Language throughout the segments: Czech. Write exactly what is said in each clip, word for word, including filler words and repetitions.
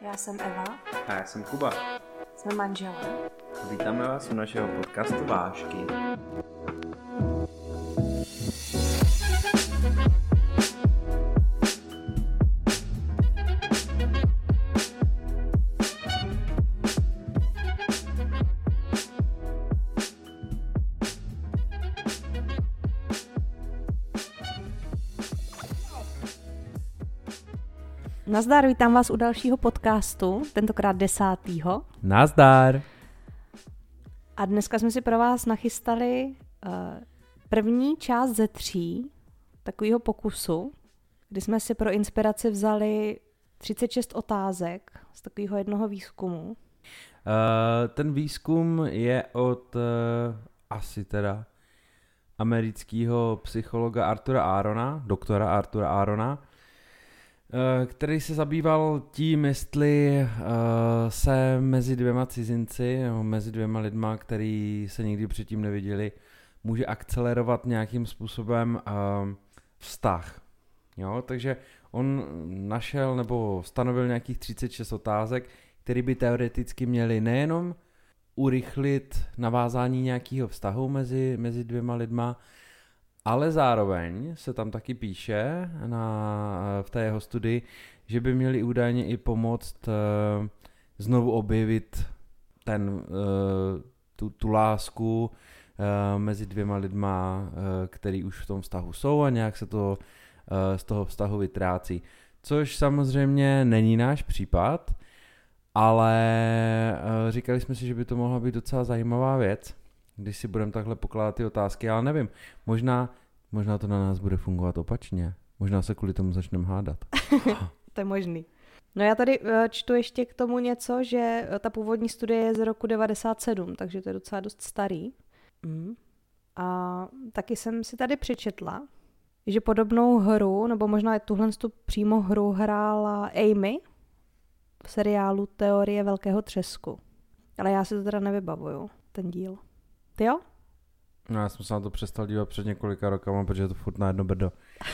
Já jsem Eva. A já jsem Kuba. Jsme manželé. Vítáme vás u našeho podcastu Vážky. Nazdar, vítám vás u dalšího podcastu, tentokrát desátýho. Nazdar. A dneska jsme si pro vás nachystali uh, první část ze tří takového pokusu, kdy jsme si pro inspiraci vzali třicet šest otázek z takového jednoho výzkumu. Uh, ten výzkum je od uh, asi teda amerického psychologa Artura Arona, doktora Artura Arona, který se zabýval tím, jestli uh, se mezi dvěma cizinci nebo mezi dvěma lidma, který se nikdy předtím neviděli, může akcelerovat nějakým způsobem uh, vztah. Jo? Takže on našel nebo stanovil nějakých třicet šest otázek, které by teoreticky měly nejenom urychlit navázání nějakého vztahu mezi, mezi dvěma lidma, ale zároveň se tam taky píše na, v té jeho studii, že by měli údajně i pomoct uh, znovu objevit ten, uh, tu, tu lásku uh, mezi dvěma lidma, uh, který už v tom vztahu jsou a nějak se to uh, z toho vztahu vytrácí. Což samozřejmě není náš případ, ale uh, říkali jsme si, že by to mohla být docela zajímavá věc, když si budeme takhle pokládat ty otázky, ale nevím, možná, možná to na nás bude fungovat opačně. Možná se kvůli tomu začneme hádat. To je možný. No já tady čtu ještě k tomu něco, že ta původní studie je z roku devadesát sedm, takže to je docela dost starý. Mm. A taky jsem si tady přečetla, že podobnou hru, nebo možná tuhle tu přímo hru hrála Amy v seriálu Teorie velkého třesku. Ale já si to teda nevybavuju, ten díl. Ty jo? No, já jsem se na to přestal dívat před několika rokama, protože je to furt na jedno brdo.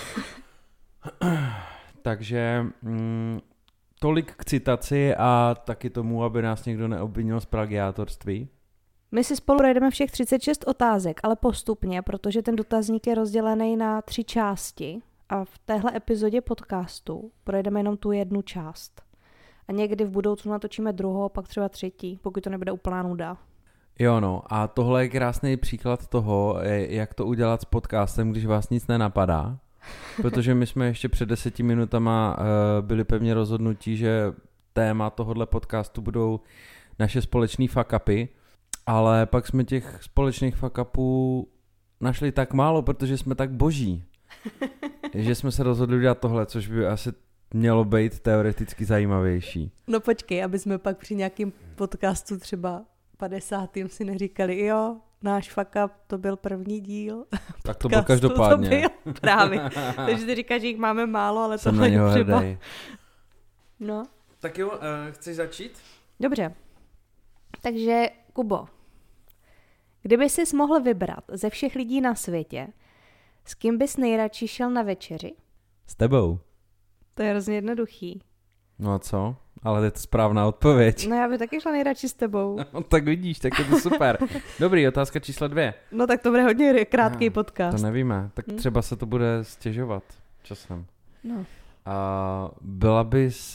Takže mm, tolik k citaci a taky tomu, aby nás někdo neobvinil z plagiátorství. My si spolu projdeme všech třicet šest otázek, ale postupně, protože ten dotazník je rozdělený na tři části a v téhle epizodě podcastu projdeme jenom tu jednu část. A někdy v budoucnu natočíme druhou, pak třeba třetí, pokud to nebude úplná nuda. Jo no, a tohle je krásný příklad toho, jak to udělat s podcastem, když vás nic nenapadá. Protože my jsme ještě před deseti minutama uh, byli pevně rozhodnutí, že téma tohohle podcastu budou naše společný fuck-upy, ale pak jsme těch společných fuck-upů našli tak málo, protože jsme tak boží, že jsme se rozhodli udělat tohle, což by asi mělo být teoreticky zajímavější. No počkej, aby jsme pak při nějakým podcastu třeba padesátým si neříkali, jo, náš fuck up, to byl první díl. Tak to byl každopádně. To byl právě. Takže ty říkáš, že jich máme málo, ale Jsem tohle je třeba. hrdej. No. Tak jo, uh, chceš začít? Dobře. Takže, Kubo, kdyby jsi mohl vybrat ze všech lidí na světě, s kým bys nejradši šel na večeři? S tebou. To je hrozně jednoduchý. No a co? Ale je to správná odpověď. No já bych taky šla nejradši s tebou. No, tak vidíš, tak je to super. Dobrý, otázka číslo dvě. No tak to bude hodně krátký no, podcast. To nevíme, tak hm? třeba se to bude stěžovat časem. No. A byla bys,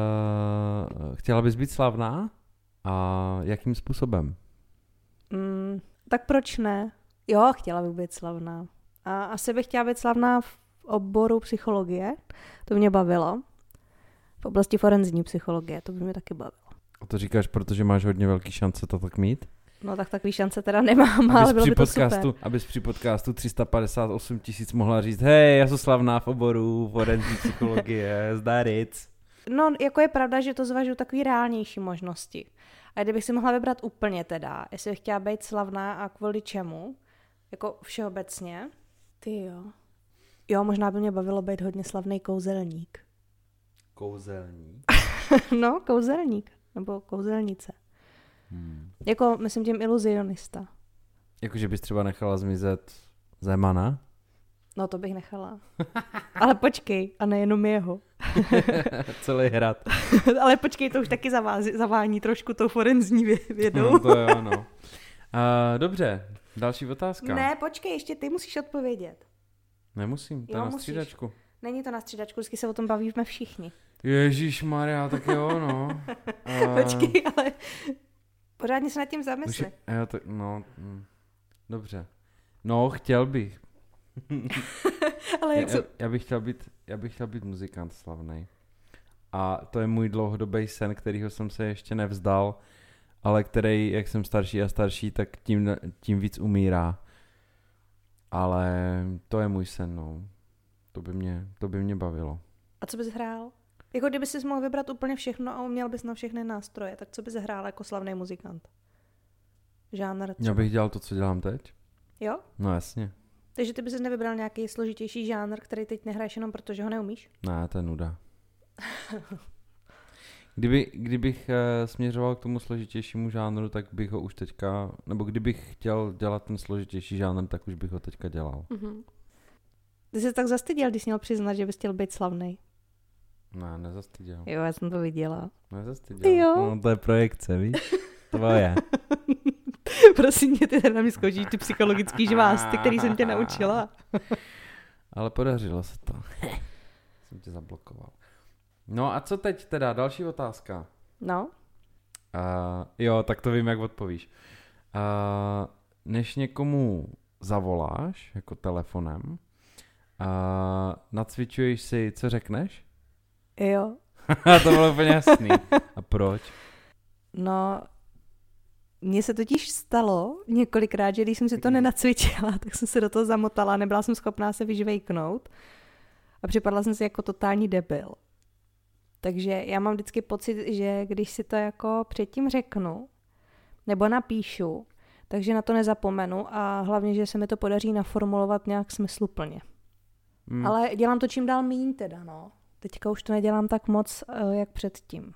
uh, chtěla bys být slavná? A jakým způsobem? Mm, tak proč ne? Jo, chtěla bych být slavná. A asi bych chtěla být slavná v oboru psychologie. To mě bavilo. V oblasti forenzní psychologie, to by mě taky bavilo. A to říkáš, protože máš hodně velký šance to tak mít? No tak takový šance teda nemám, abys ale bylo by to podcastu, super. Abys při podcastu tři sta padesát osm tisíc mohla říct, hej, já jsem slavná v oboru forenzní psychologie, zdaric. No, jako je pravda, že to zvažuji takový reálnější možnosti. A kdybych si mohla vybrat úplně teda, jestli bych chtěla být slavná a kvůli čemu, jako všeobecně, ty jo. Jo, možná by mě bavilo být hodně slavný kouzelník. Kouzelník? No, kouzelník. Nebo kouzelnice. Hmm. Jako, myslím tím iluzionista. Jakože bys třeba nechala zmizet Zemana? No to bych nechala. Ale počkej, a nejenom jeho. Celý hrad. Ale počkej, to už taky zavází, zavání trošku tou forenzní vědou. No, to jo, no. Uh, dobře, další otázka. Ne, počkej, ještě ty musíš odpovědět. Nemusím, to jo, je na musíš. střídačku. Není to na střídačku, vždycky se o tom bavíme všichni. Ježišmarja, tak jo, no. Uh, počkej, ale pořádně se nad tím zamysli. Už, jo, to, no, hm, dobře. No, chtěl bych. Ale jak já, jsou... já, bych chtěl být, já bych chtěl být muzikant slavnej. A to je můj dlouhodobý sen, kterýho jsem se ještě nevzdal, ale který, jak jsem starší a starší, tak tím, tím víc umírá. Ale to je můj sen, no. To by mě, to by mě bavilo. A co bys hrál? Jako kdyby jsi mohl vybrat úplně všechno a uměl bys na všechny nástroje, tak co bys hrál jako slavný muzikant? Žánr třeba? Já bych dělal to, co dělám teď. Jo? No jasně. Takže ty bys nevybral nějaký složitější žánr, který teď nehraješ jenom proto, že ho neumíš? Ne, to je nuda. Kdyby, kdybych uh, směřoval k tomu složitějšímu žánru, tak bych ho už teďka, nebo kdybych chtěl dělat ten složitější žánr, tak už bych ho teďka dělal. Mm-hmm. Ty jsi tak zastyděl, když jsi měl přiznat, že bys chtěl být slavnej. Ne, nezastyděl. Jo, já jsem to viděla. Nezastyděl. Jo. No, to je projekce, víš? Tvoje. Prosím tě, ty teda mi zkoušíš ty psychologický žvásty, který jsem tě naučila. Ale podařilo se to. Jsem tě zablokoval. No a co teď teda? Další otázka. No? Uh, jo, tak to vím, jak odpovíš. Uh, než někomu zavoláš, jako telefonem, uh, nacvičuješ si, co řekneš? Jo. To bylo úplně jasný. A proč? No, mně se totiž stalo několikrát, že když jsem si to nenacvičila, tak jsem se do toho zamotala, nebyla jsem schopná se vyžvejknout a připadla jsem si jako totální debil. Takže já mám vždycky pocit, že když si to jako předtím řeknu nebo napíšu, takže na to nezapomenu a hlavně, že se mi to podaří naformulovat nějak smysluplně. Hmm. Ale dělám to čím dál míň teda, no. Teďka už to nedělám tak moc, jak předtím.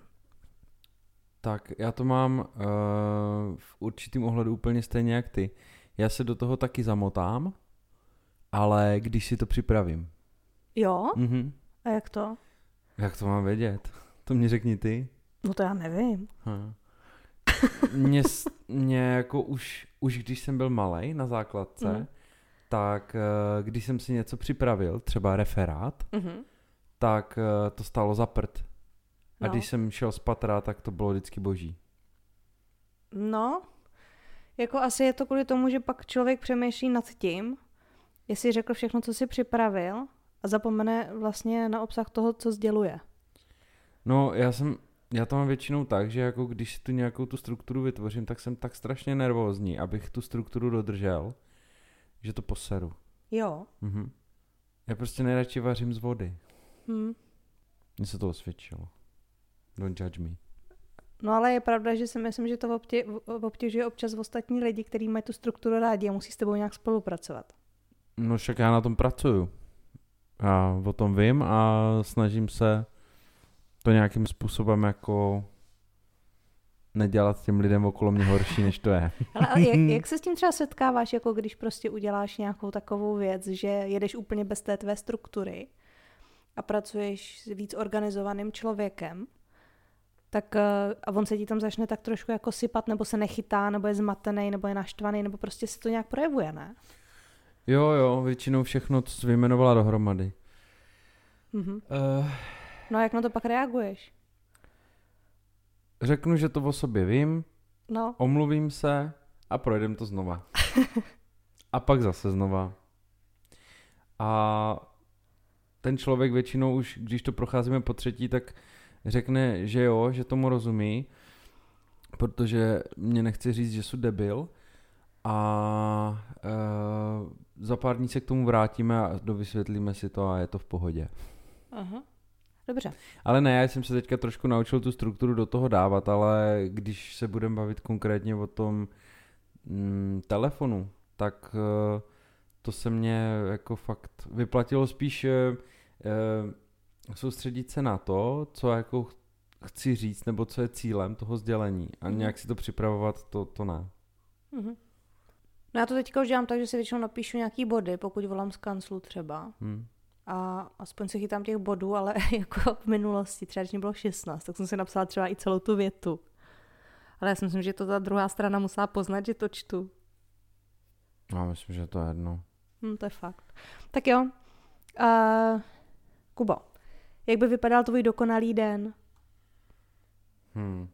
Tak já to mám uh, v určitým ohledu úplně stejně jak ty. Já se do toho taky zamotám, ale když si to připravím. Jo? Mhm. A jak to? Jak to mám vědět? To mě řekni ty. No to já nevím. Ha. Mě, mě jako už, už když jsem byl malej na základce, mm. tak uh, když jsem si něco připravil, třeba referát, mm-hmm. tak uh, to stálo za prd. A no. Když jsem šel z patra, tak to bylo vždycky boží. No, jako asi je to kvůli tomu, že pak člověk přemýšlí nad tím, jestli řekl všechno, co si připravil a zapomene vlastně na obsah toho, co sděluje. No, já jsem, já to mám většinou tak, že jako když si tu nějakou tu strukturu vytvořím, tak jsem tak strašně nervózní, abych tu strukturu dodržel, že to poseru. Jo. Mhm. Já prostě nejradši vařím z vody. Hmm. Mně se to osvědčilo. Don't judge me. No ale je pravda, že si myslím, že to obtě, obtěžuje občas ostatní lidi, kteří mají tu strukturu rádi a musí s tebou nějak spolupracovat. No však já na tom pracuju. Já o tom vím a snažím se to nějakým způsobem jako nedělat těm lidem okolo mě horší, než to je. Ale, ale jak, jak se s tím třeba setkáváš, jako když prostě uděláš nějakou takovou věc, že jedeš úplně bez té tvé struktury a pracuješ s víc organizovaným člověkem, tak a on se ti tam začne tak trošku jako sypat, nebo se nechytá, nebo je zmatený, nebo je naštvaný, nebo prostě se to nějak projevuje, ne? Jo, jo, většinou všechno, co jsi vyjmenovala dohromady. Mm-hmm. Uh, no a jak na to pak reaguješ? Řeknu, že to o sobě vím, no. Omluvím se a projdem to znova. A pak zase znova. A ten člověk většinou už, když to procházíme po třetí, tak řekne, že jo, že tomu rozumí, protože mě nechce říct, že jsou debil. A e, za pár dní se k tomu vrátíme a dovysvětlíme si to a je to v pohodě. Aha. Dobře. Ale ne, já jsem se teďka trošku naučil tu strukturu do toho dávat, ale když se budeme bavit konkrétně o tom mm, telefonu, tak e, to se mně jako fakt vyplatilo spíš e, e, soustředit se na to, co jako chci říct, nebo co je cílem toho sdělení a mm. nějak si to připravovat, to, to ne. Mm-hmm. No já to teďka už dělám tak, že si většinou napíšu nějaký body, pokud volám z kanclu třeba. Hmm. a aspoň se chytám těch bodů, ale jako v minulosti, třeba když mě bylo šestnáct, tak jsem si napsala třeba i celou tu větu. Ale já si myslím, že to ta druhá strana musela poznat, že to čtu. Já myslím, že to je jedno. Hm, to je fakt. Tak jo. Uh, Kubo, jak by vypadal tvůj dokonalý den? Hmm.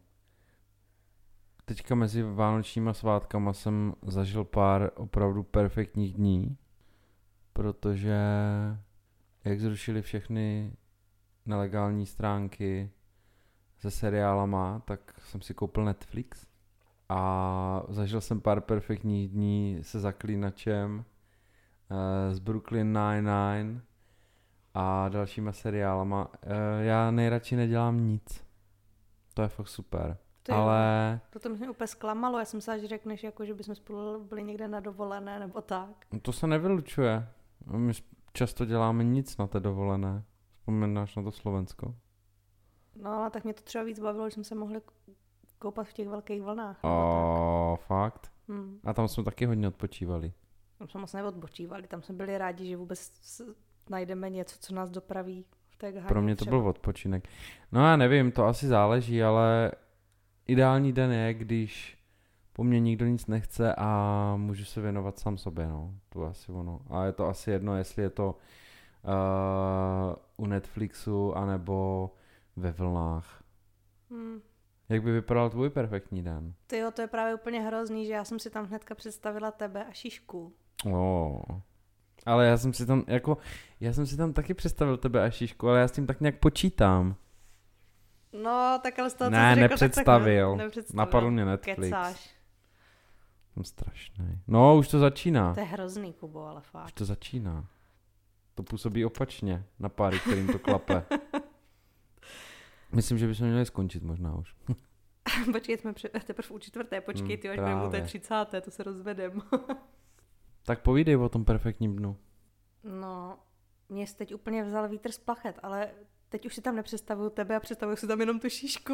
Teďka mezi vánočníma svátkama jsem zažil pár opravdu perfektních dní, protože jak zrušili všechny nelegální stránky se seriálama, tak jsem si koupil Netflix a zažil jsem pár perfektních dní se Zaklínačem, s Brooklyn Nine-Nine a dalšíma seriálama. Já nejradši nedělám nic. To je fakt super. To ale... To mě úplně zklamalo. Já jsem myslela, že řekneš, jako, že bychom spolu byli někde na dovolené nebo tak. To se nevylučuje. My často děláme nic na té dovolené. Vzpomínáš na to Slovensko? No ale tak mě to třeba víc bavilo, že jsme se mohli koupat v těch velkých vlnách. O, fakt? Hmm. A tam jsme taky hodně odpočívali. Tam jsme moc neodpočívali. Tam jsme byli rádi, že vůbec najdeme něco, co nás dopraví v té Ghaně. Pro mě to třeba. byl odpočinek. No já nevím, to asi záleží, ale ideální den je, když po mně nikdo nic nechce a můžu se věnovat sám sobě, no. To je asi ono. A je to asi jedno, jestli je to uh, u Netflixu, anebo ve vlnách. Hmm. Jak by vypadal tvůj perfektní den? Tyjo, to je právě úplně hrozný, že já jsem si tam hnedka představila tebe a Šišku. Oh. Ale já jsem si tam, jako, já jsem si tam taky představil tebe a Šišku, ale já s tím tak nějak počítám. No, tak ale z toho, ne, co jsi řekl, nepředstavil. Tak, tak nepředstavil. Napadl mě Netflix. Kecáš. Jsem strašný. No, už to začíná. To je hrozný, Kubo, ale fakt. Už to začíná. To působí opačně na páry, kterým to klape. Myslím, že bychom měli skončit možná už. Počkej, jsme při, teprve u čtvrté, počkej, Hmm, ty až budeme u té třicáté, to se rozvedem. Tak povídej o tom perfektním dnu. No, mě jsi teď úplně vzal vítr z plachet, ale teď už si tam nepředstavuju tebe a představuju si tam jenom tu Šišku.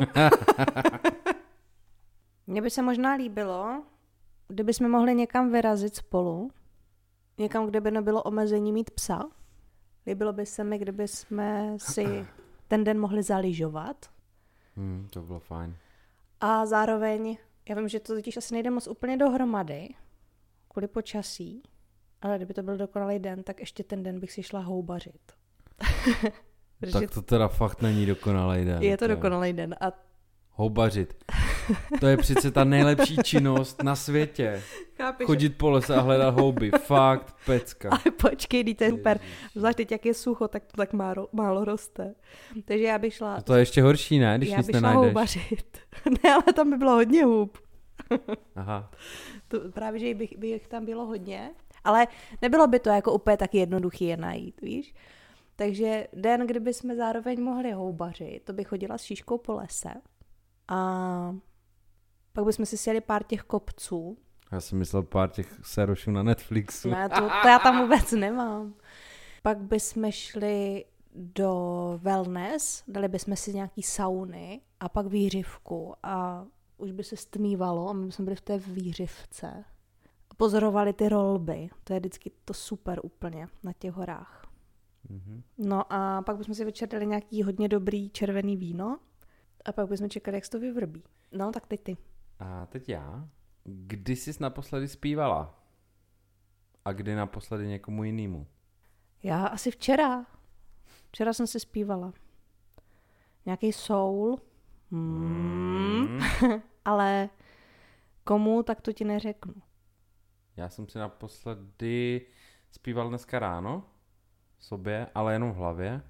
Mně by se možná líbilo, kdybychom mohli někam vyrazit spolu, někam, kde by nebylo omezení mít psa. Líbilo by se mi, kdyby jsme si ten den mohli zalyžovat. Hmm, to bylo fajn. A zároveň, já vím, že to totiž asi nejde moc úplně dohromady, kvůli počasí, ale kdyby to byl dokonalý den, tak ještě ten den bych si šla houbařit. Tak to teda fakt není dokonalý den. Je to dokonalý den. A... Houbařit. To je přece ta nejlepší činnost na světě. Chápeš? Chodit po lese a hledat houby. Fakt, pecka. Ale počkej, to je super. Zvlášť teď, jak je sucho, tak to tak málo, málo roste. Takže já bych šla... A to je ještě horší, ne? Když já nic bych šla nenajdeš. houbařit. Ne, ale tam by bylo hodně hub. Aha. To, právě, že bych, bych tam bylo hodně. Ale nebylo by to jako úplně tak jednoduchý je najít, víš? Takže den, kdyby jsme zároveň mohli houbařit, to bych chodila s Šiškou po lese. A pak bychom si sjeli pár těch kopců. Já jsem myslel pár těch serošů na Netflixu. Ne, to, to já tam vůbec nemám. Pak bychom šli do wellness, dali bychom si nějaký sauny a pak výřivku a už by se stmívalo a my bychom byli v té výřivce. Pozorovali ty rolby, to je vždycky to super úplně na těch horách. Mm-hmm. No a pak bychom si večer dali nějaký hodně dobrý červený víno a pak bychom čekali, jak se to vyvrbí. No, tak teď ty. A teď já. Kdy jsi naposledy zpívala? A kdy naposledy někomu jinému? Já asi včera. Včera jsem si zpívala. Nějaký soul. Hmm. Mm. Ale komu, tak to ti neřeknu. Já jsem si naposledy zpíval dneska ráno sobě, ale jenom v hlavě.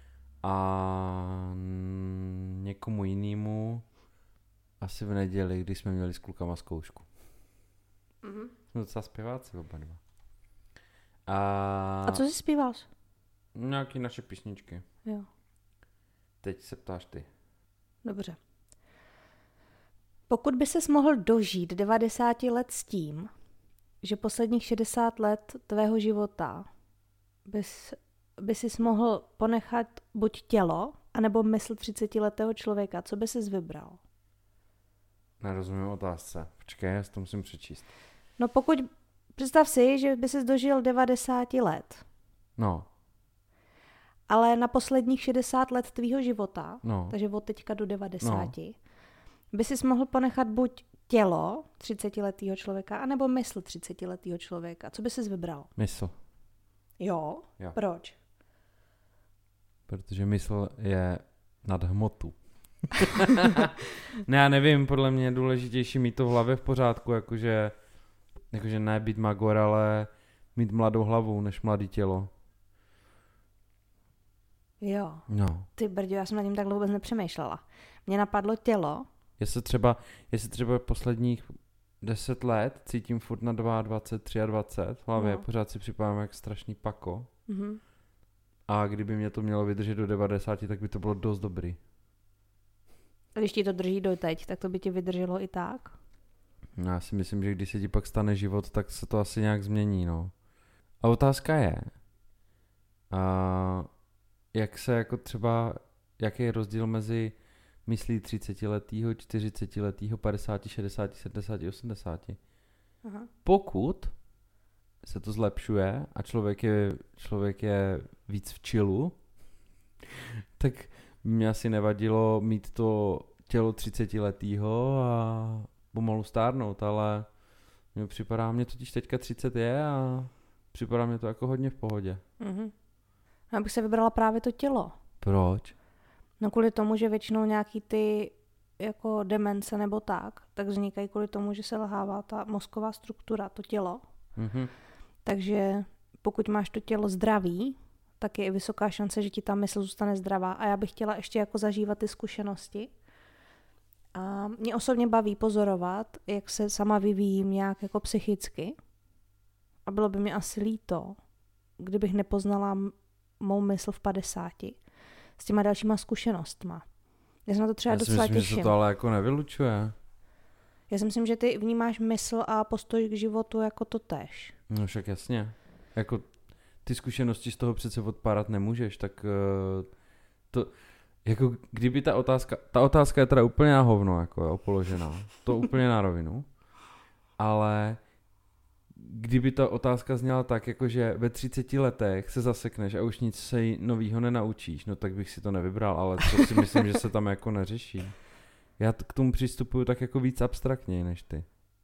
A někomu jinému asi v neděli, když jsme měli s klukama zkoušku. Mm-hmm. Jsme docela zpěváci oba dva. A... A co jsi zpíval? Nějaký naše písničky. Jo. Teď se ptáš ty. Dobře. Pokud by ses mohl dožít devadesát let s tím, že posledních šedesát let tvého života bys, by sis mohl ponechat buď tělo, anebo mysl třicetiletého člověka, co by ses vybral? Nerozumím otázce. Počkej, já si to musím přečíst. No pokud, představ si, že by ses dožil devadesát let. No. ale na posledních šedesát let tvýho života, No. takže od teďka do devadesát, no. by si mohl ponechat buď tělo třicetiletého člověka, anebo mysl třicetiletého člověka. Co by jsi vybral? Mysl. Jo? jo? Proč? Protože mysl je nad hmotu. Ne, já nevím, podle mě je důležitější mít to v hlavě v pořádku, jakože, jakože ne být magor, ale mít mladou hlavu než mladý tělo. Jo. No. Ty brďo, já jsem na něm takhle vůbec nepřemýšlela. Mně napadlo tělo. Jestli třeba, jestli třeba posledních deset let cítím furt na dvacet dva, dvacet tři v hlavě, no. Pořád si připadám jak strašný pako. Mhm. A kdyby mě to mělo vydržet do devadesáti, tak by to bylo dost dobrý. Když ti to drží do teď, tak to by ti vydrželo i tak? No, já si myslím, že když se ti pak stane život, tak se to asi nějak změní, no. A otázka je, a jak se jako třeba, jaký je rozdíl mezi myslí třicetiletýho, čtyřicetiletýho, padesáti, šedesáti, sedmdesáti, osmdesáti. Aha. Pokud se to zlepšuje a člověk je, člověk je víc v chillu, tak mě asi nevadilo mít to tělo třicetiletýho a pomalu stárnout, ale mně připadá, mě totiž teďka třicet je a připadá mě to jako hodně v pohodě. Mhm. Já bych se vybrala právě to tělo. Proč? No kvůli tomu, že většinou nějaký ty jako demence nebo tak, tak vznikají kvůli tomu, že se lhává ta mozková struktura, to tělo. Mhm. Takže pokud máš to tělo zdravý, tak je i vysoká šance, že ti ta mysl zůstane zdravá. A já bych chtěla ještě jako zažívat ty zkušenosti. A mě osobně baví pozorovat, jak se sama vyvíjím nějak jako psychicky. A bylo by mi asi líto, kdybych nepoznala m- mou mysl v padesáti s těma dalšíma zkušenostma. Já se na to třeba Já si docela myslím, těším. že se to ale jako nevylučuje. Já si myslím, že ty vnímáš mysl a postoj k životu jako to též. No však jasně. Jako ty zkušenosti z toho přece odpárat nemůžeš, tak uh, to, jako kdyby ta otázka, ta otázka je teda úplně na hovno, jako jo, položená. To úplně na rovinu. Ale kdyby ta otázka zněla tak, jako že ve třiceti letech se zasekneš a už nic se novýho nenaučíš, no tak bych si to nevybral, ale to si myslím, že se tam jako neřeší. Já t- k tomu přistupuju tak jako víc abstraktněji než ty.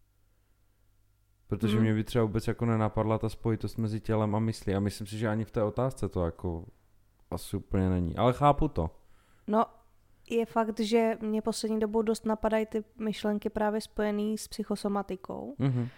Protože Mhm. mě by třeba vůbec jako nenapadla ta spojitost mezi tělem a myslí. A myslím si, že ani v té otázce to jako asi úplně není. Ale chápu to. No, je fakt, že mě poslední dobou dost napadají ty myšlenky právě spojené s psychosomatikou. Mhm.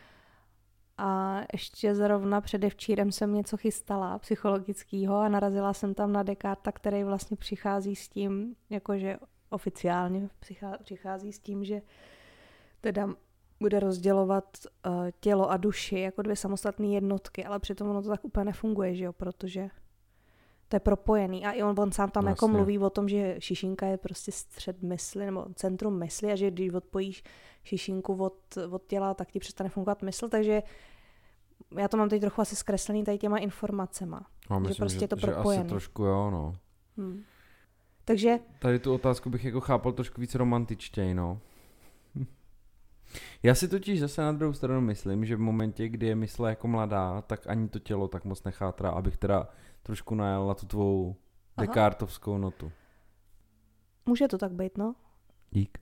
A ještě zrovna předevčírem jsem něco chystala psychologického a narazila jsem tam na Descartesa, který vlastně přichází s tím, jakože oficiálně přichá- přichází s tím, že teda bude rozdělovat uh, tělo a duši jako dvě samostatné jednotky, ale přitom ono to tak úplně nefunguje, že jo, protože to je propojený. A i on, on sám tam Vlastně. jako mluví o tom, že šišinka je prostě střed mysli nebo centrum mysli a že když odpojíš šišinku od, od těla, tak ti přestane fungovat mysl, takže já to mám teď trochu asi zkreslený tady těma informacema. No, že myslím, prostě že, je to že propojený. asi trošku jo, no. Hmm. Takže Tady tu otázku bych jako chápal trošku víc romantičtěji, no. Já si totiž zase na druhou stranu myslím, že v momentě, kdy je mysl jako mladá, tak ani to tělo tak moc nechátrá, abych teda trošku najel na tu tvou Aha. Descartovskou notu. může to tak být, no. Dík.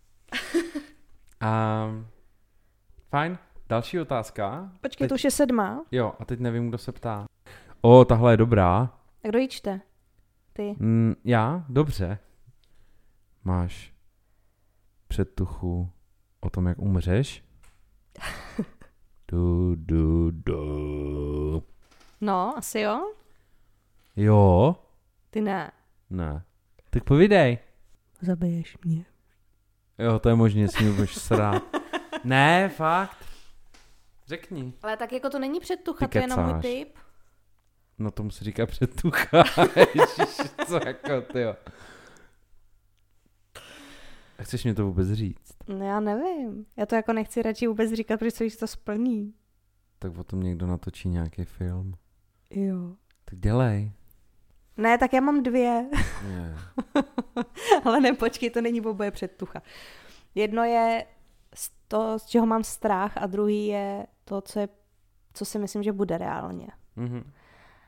um, fajn, další otázka. Počkej, Teď- to už je sedmá. Jo, a teď nevím, kdo se ptá. O, tahle je dobrá. A kdo ji čte? Ty. Mm, já? Dobře. Máš předtuchu o tom, jak umřeš? Du, du, du. No, asi jo? Jo? Ty ne. Ne. Tak povídej. Zabiješ mě. Jo, to je možné, si mě budeš srát. Ne, fakt. Řekni. Ale tak jako to není předtucha, Ty to je jenom můj kecáš. tip. No tomu se říká předtucha. Ježiš, co jako, tyjo. A chceš mě to vůbec říct? No já nevím. Já to jako nechci radši vůbec říkat, protože se to splní. Tak o tom někdo natočí nějaký film. Jo. Tak dělej. Ne, tak já mám dvě. Je. Ale ne, počkej, to není oboje předtucha. Jedno je z to, z čeho mám strach a druhý je to, co, je, co si myslím, že bude reálně. Mhm.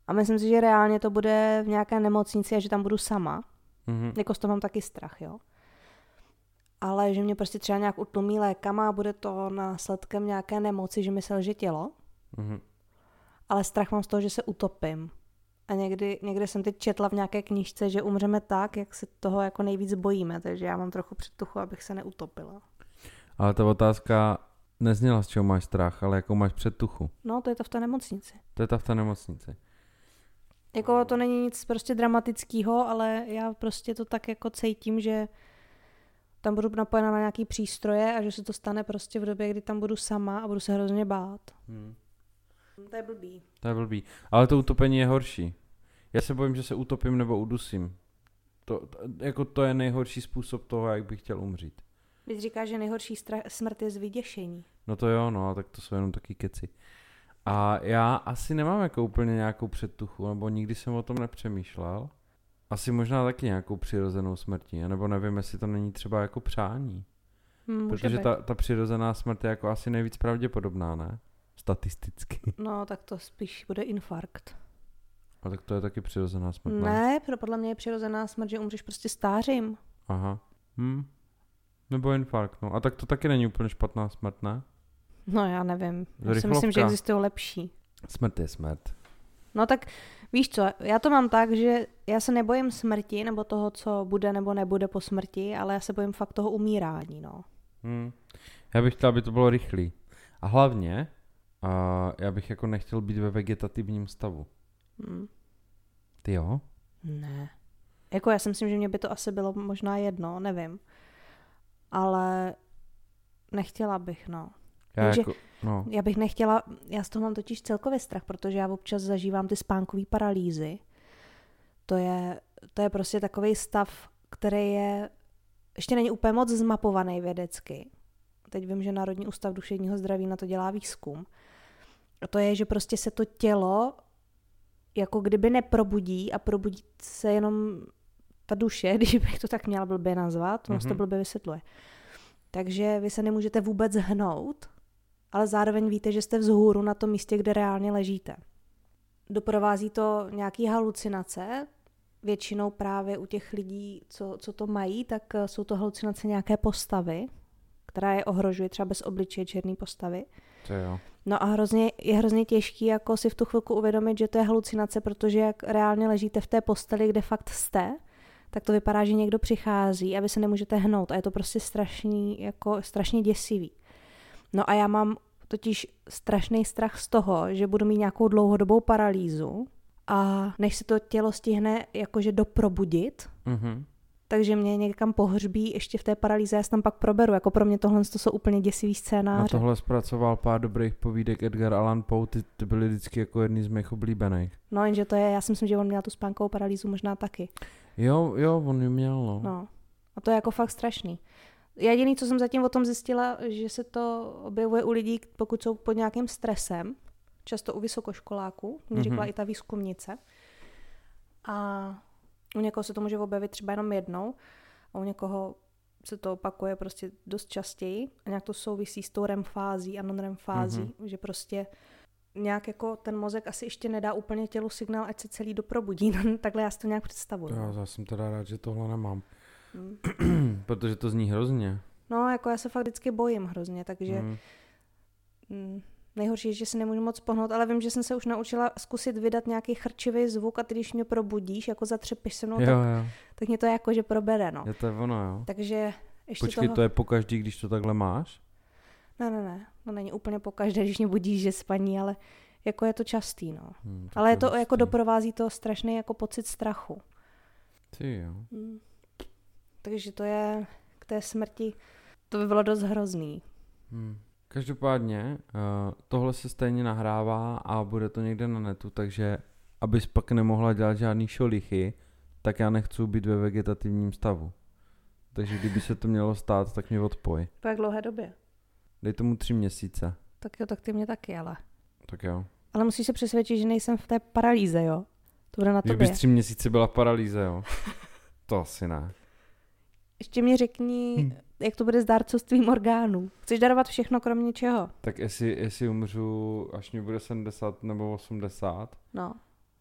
A myslím si, že reálně to bude v nějaké nemocnici a že tam budu sama. Mm-hmm. Jako z toho mám taky strach, jo. Ale že mě prostě třeba nějak utlumí lékama a bude to následkem nějaké nemoci, že mi selže tělo. Mm-hmm. Ale strach mám z toho, že se utopím. A někdy, někdy jsem teď četla v nějaké knížce, že umřeme tak, jak se toho jako nejvíc bojíme. Takže já mám trochu předtuchu, abych se neutopila. Ale ta otázka nezněla, z čeho máš strach, ale jakou máš předtuchu. No, to je to v té nemocnici. To je ta v té nemocnici. Jako to není nic prostě dramatického, ale já prostě to tak jako cítím, že tam budu napojena na nějaký přístroje a že se to stane prostě v době, kdy tam budu sama a budu se hrozně bát. Hmm. To je blbý. To je blbý. Ale to utopení je horší. Já se bojím, že se utopím nebo udusím. To, to, jako to je nejhorší způsob toho, jak bych chtěl umřít. Když říkáš, že nejhorší strach, smrt je z vyděšení. No to jo, no, tak to jsou jenom taky keci. A já asi nemám jako úplně nějakou předtuchu, nebo nikdy jsem o tom nepřemýšlel. Asi možná taky nějakou přirozenou smrtí, nebo nevím, jestli to není třeba jako přání. Hmm, Protože ta, ta přirozená smrt je jako asi nejvíc pravděpodobná, ne? Statisticky. No, tak to spíš bude infarkt. A tak to je taky přirozená smrt, ne? Ne, pro- podle mě je přirozená smrt, že umřeš prostě stářím. Aha. Hm. Nebo infarkt, no. A tak to taky není úplně špatná smrt, ne? No já nevím. Já si Rychlovka. myslím, že existují lepší. Smrt je smrt. No tak víš co, já to mám tak, že já se nebojím smrti nebo toho, co bude nebo nebude po smrti, ale já se bojím fakt toho umírání, no. Hm. Já bych chtěl, aby to bylo rychlý. A hlavně, a já bych jako nechtěl být ve vegetativním stavu. Hm. Ty jo? Ne. Jako já si myslím, že mě by to asi bylo možná jedno, nevím. Ale nechtěla bych, no. Já Takže jako, no. Já bych nechtěla, já z toho mám totiž celkově strach, protože já občas zažívám ty spánkové paralýzy. To je, to je prostě takový stav, který je, ještě není úplně moc zmapovaný vědecky. Teď vím, že Národní ústav duševního zdraví na to dělá výzkum. A to je, že prostě se to tělo jako kdyby neprobudí a probudí se jenom ta duše, když bych to tak měla blbě nazvat, ono mm-hmm. se to blbě vysvětluje. Takže vy se nemůžete vůbec hnout, ale zároveň víte, že jste vzhůru na tom místě, kde reálně ležíte. Doprovází to nějaký halucinace, většinou právě u těch lidí, co, co to mají, tak jsou to halucinace nějaké postavy, která je ohrožuje, třeba bez obličeje černé postavy. To jo. No a hrozně, je hrozně těžký jako si v tu chvilku uvědomit, že to je halucinace, protože jak reálně ležíte v té posteli, kde fakt jste, tak to vypadá, že někdo přichází a vy se nemůžete hnout a je to prostě strašný, jako strašně děsivý. No a já mám totiž strašný strach z toho, že budu mít nějakou dlouhodobou paralýzu a než se to tělo stihne jakože doprobudit, Mm-hmm. takže mě někam pohřbí ještě v té paralýze, já se tam pak proberu. Jako pro mě tohle to jsou úplně děsivý scénáře. Na tohle zpracoval pár dobrých povídek Edgar Allan Poe, ty, ty byly vždycky jako jedny z mých oblíbených. No jenže to je, já si myslím, že on měl tu spánkovou paralýzu možná taky. Jo, jo, on ji měl, no. No. A to je jako fakt strašný. Jediný, co jsem zatím o tom zjistila, že se to objevuje u lidí, pokud jsou pod nějakým stresem, často u vysokoškoláků, mě říkala mm-hmm. i ta výzkumnice. A u někoho se to může objevit třeba jenom jednou, a u někoho se to opakuje prostě dost častěji a nějak to souvisí s tou REM fází a non-REM fází, mm-hmm. že prostě nějak jako ten mozek asi ještě nedá úplně tělu signál, ať se celý doprobudí. Takhle já si to nějak představuju. Já, já jsem teda rád, že tohle nemám. Hmm. Protože to zní hrozně. No, jako já se fakt vždycky bojím hrozně, takže Hmm. mm, nejhorší je, že se nemůžu moc pohnout, ale vím, že jsem se už naučila zkusit vydat nějaký chrčivý zvuk a ty, když mě probudíš, jako zatřepíš se mnou, Jo, tak, jo. tak mě to jako, že probere, no. Je to ono, jo. Takže ještě Počkej, toho... to je pokaždý, když to takhle máš? Ne, ne, ne, to není úplně pokaždé, když mě budíš, že spaní, ale jako je to častý, no. Hmm, ale je to hustý. jako doprovází to strašný jako pocit strachu. Ty jo. Hmm. Takže to je k té smrti, to by bylo dost hrozný. Hmm. Každopádně, uh, tohle se stejně nahrává a bude to někde na netu, takže abys pak nemohla dělat žádný šolichy, tak já nechci být ve vegetativním stavu. Takže kdyby se to mělo stát, tak mě odpoj. Po jak dlouhé době? Dej tomu tři měsíce. Tak jo, tak ty mě taky, ale. Tak jo. Ale musíš se přesvědčit, že nejsem v té paralýze, jo? To bude na tobě. Kdybys tři měsíce byla v paralýze, jo? To asi ne. Ještě mi řekni, hmm. jak to bude s dárcovstvím orgánů. Chceš darovat všechno kromě čeho? Tak jestli, jestli umřu, až mi bude sedmdesát nebo osmdesát, No.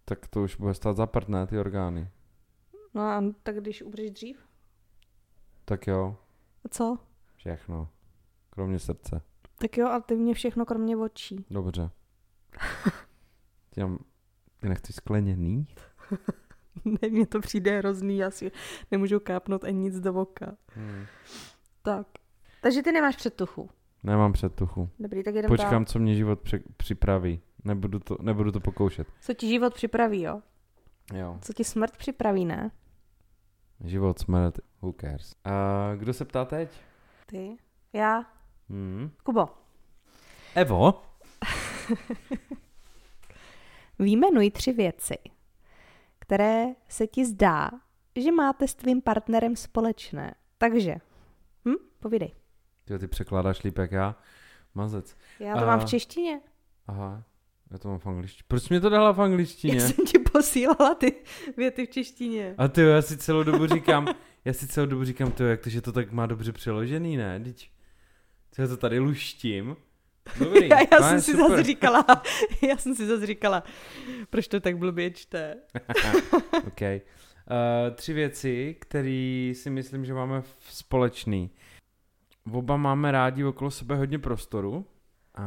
Tak to už bude stát za prd, ne, ty orgány. No a tak když umřeš dřív? Tak jo. A co? Všechno. Kromě srdce. Tak jo, a ty mě všechno kromě očí. Dobře. Ty, mám, ty nechceš skleněný? Ne, mně to přijde hrozný, já si nemůžu kápnout ani nic do oka. Hmm. Tak. Takže ty nemáš předtuchu. Nemám předtuchu. Dobrý, tak jdem Počkám, dál. co mě život při, připraví. Nebudu to, nebudu to pokoušet. Co ti život připraví, jo? Jo. Co ti smrt připraví, ne? Život, smrt, who cares. A kdo se ptá teď? Ty? Já? Hmm. Kubo. Evo? Výjmenuj tři věci, které se ti zdá, že máte s tvým partnerem společné. Takže, hm, povídej. Ty, ty překládáš líp jak já. Mazec. Já to A- mám v češtině. Aha, já to mám v angličtině. Proč jsi mě to dala v angličtině? Já jsem ti posílala ty věty v češtině. A ty, já si celou dobu říkám, já si celou dobu říkám, ty, jak to, že to tak má dobře přeložený, ne? Teď, já to tady luštím. Dobrý, já, já no, jsem je si super. zase říkala, já jsem si zase říkala, proč to tak blbě čte. OK. Uh, tři věci, které si myslím, že máme v- společný. Oba máme rádi okolo sebe hodně prostoru. A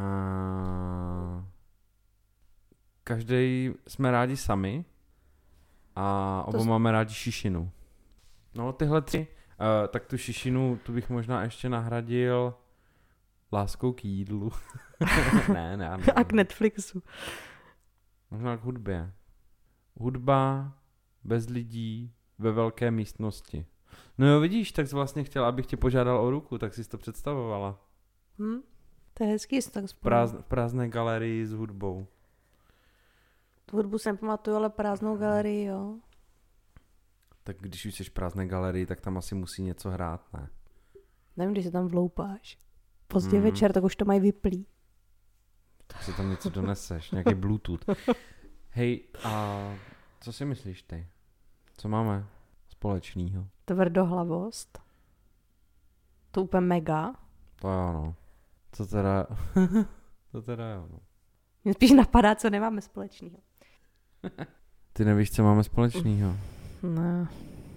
každý jsme rádi sami. A oba To s- máme rádi šišinu. No tyhle tři. Uh, tak tu šišinu, tu bych možná ještě nahradil láskou k jídlu. ne, ne, ne. A k Netflixu. Možná k hudbě. Hudba bez lidí ve velké místnosti. No jo, vidíš, tak jsi vlastně chtěla, abych tě požádal o ruku, tak jsi to představovala. Hm? To je hezký, jestli tak V, spolu. práz, v prázdné galerii s hudbou. Tu hudbu si nepamatuju, ale prázdnou galerii, jo. Tak když už jsi v prázdné galerii, tak tam asi musí něco hrát, ne? Nevím, když se tam vloupáš. Pozdě Mhm. večer, tak už to mají vyplý. Tak si tam něco doneseš, nějaký bluetooth. Hej, a co si myslíš ty? Co máme společného? Tvrdohlavost. To úplně mega. To jo, no. Co teda... to teda jo, no. Mě spíš napadá, co nemáme společného. Ty nevíš, co máme společného? Ne.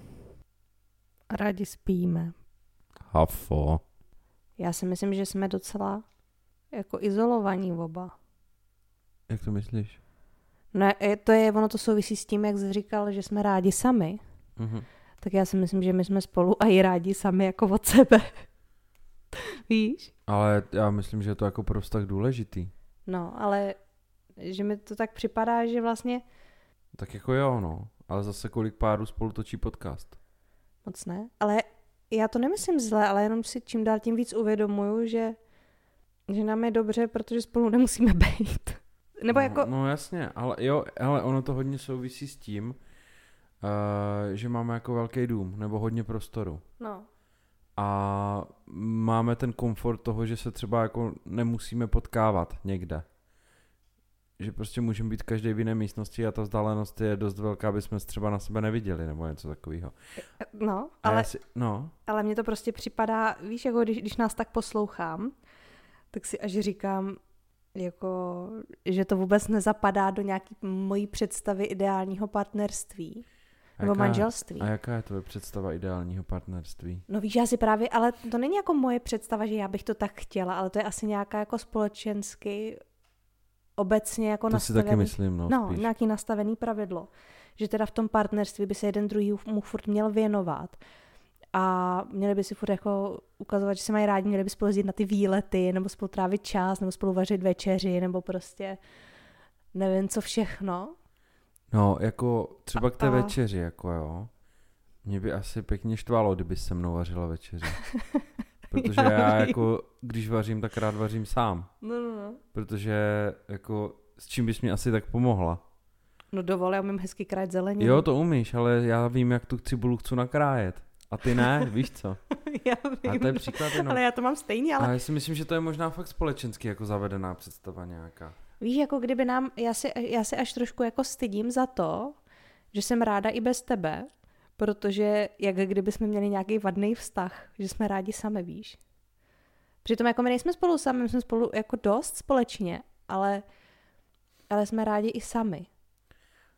Rádi spíme. Hafo. Já si myslím, že jsme docela jako izolovaní oba. Jak to myslíš? No je- to je, ono to souvisí s tím, jak jsi říkal, že jsme rádi sami. Mhm. Tak já si myslím, že my jsme spolu a i rádi sami jako od sebe. Víš? Ale já myslím, že je to jako pro vztah důležitý. No, ale že mi to tak připadá, že vlastně Tak jako jo, no. Ale zase kolik párů spolu točí podcast. moc ne. Ale já to nemyslím zle, ale jenom si čím dál tím víc uvědomuju, že, že nám je dobře, protože spolu nemusíme být. Nebo no, jako... No jasně, ale jo, ale ono to hodně souvisí s tím, uh, že máme jako velký dům, nebo hodně prostoru. No. A máme ten komfort toho, že se třeba jako nemusíme potkávat někde. Že prostě můžeme být každý v jiné místnosti a ta vzdálenost je dost velká, aby jsme se třeba na sebe neviděli, nebo něco takového. No, A já ale, si, no, ale mně to prostě připadá, víš, jako když, když nás tak poslouchám, tak si až říkám, jako, že to vůbec nezapadá do nějaký mojí představy ideálního partnerství. a Nebo jaká- manželství. A jaká je tvoje představa ideálního partnerství? No víš, já si právě, ale to není jako moje představa, že já bych to tak chtěla, ale to je asi nějaká jako společensky obecně jako To si nastavený. taky myslím, no, No, spíš. nějaký nastavený pravidlo. Že teda v tom partnerství by se jeden druhý mu furt měl věnovat. A měli by si furt jako ukazovat, že se mají rádi, měli by spolu jezdit na ty výlety, nebo spolu trávit čas, nebo spolu vařit večeři, nebo prostě nevím co všechno. No, jako třeba k té A- večeři, jako jo. Mě by asi pěkně štvalo, kdyby se mnou vařila večeři. Protože Já já vím. jako, když vařím, tak rád vařím sám. No, no, no. Protože jako, s čím bys mi asi tak pomohla? No dovol, já umím hezky krát zeleninu. Jo, to umíš, ale já vím, jak tu cibulu chci nakrájet. A ty ne, víš co? já vím, A to je příklad jenom. ale já to mám stejně, ale Ale já si myslím, že to je možná fakt společensky jako zavedená představa nějaká. víš, jako kdyby nám, já si, já si až trošku jako stydím za to, že jsem ráda i bez tebe, protože jak kdyby jsme měli nějaký vadný vztah, že jsme rádi sami, víš. Přitom jako my nejsme spolu sami, my jsme spolu jako dost společně, ale, ale jsme rádi i sami.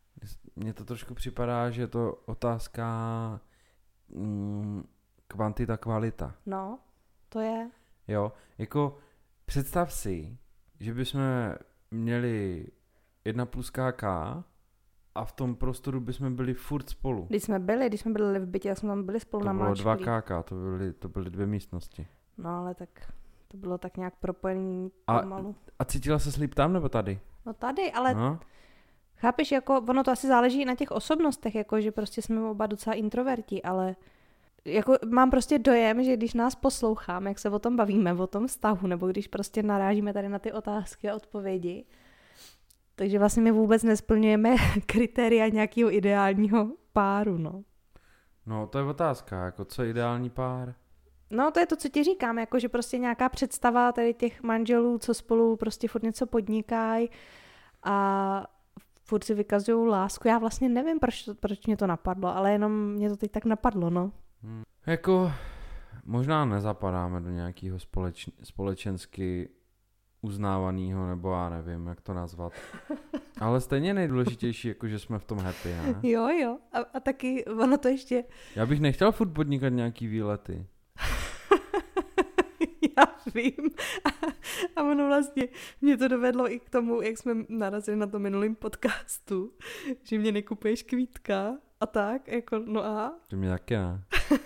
mně to trošku připadá, že je to otázka mm, kvantita, kvalita. No, to je. Jo, jako představ si, že bychom měli jedna plus K K a v tom prostoru bychom byli furt spolu. Když jsme byli, když jsme byli v bytě, jsme tam byli spolu To na bylo máčklí. dva K K, to byly, to byly dvě místnosti. No ale tak to bylo tak nějak propojený A- pomalu. A cítila se líp tam nebo tady? No tady, ale No, chápeš, jako ono to asi záleží na těch osobnostech, jako že prostě jsme oba docela introverti, ale jako mám prostě dojem, že když nás poslouchám, jak se o tom bavíme, o tom vztahu, nebo když prostě narážíme tady na ty otázky a odpovědi, takže vlastně my vůbec nesplňujeme kritéria nějakého ideálního páru, no. no to je otázka, jako co je ideální pár? No to je to, co ti říkám, jako že prostě nějaká představa tady těch manželů, co spolu prostě furt něco podnikají a furt si vykazují lásku. Já vlastně nevím, proč, to, proč mě to napadlo, ale jenom mě to teď tak napadlo, no. Hmm. Jako možná nezapadáme do nějakého společ, společensky uznávaného, nebo já nevím, jak to nazvat. Ale stejně nejdůležitější, jako že jsme v tom happy, ne? Jo, jo. A, a taky ono to ještě... Já bych nechtěl furt podnikat nějaký výlety. Já vím. A, a ono vlastně, mě to dovedlo i k tomu, jak jsme narazili na tom minulým podcastu, že mě nekupuješ kvítka a tak, jako, no a... To mě taky ne.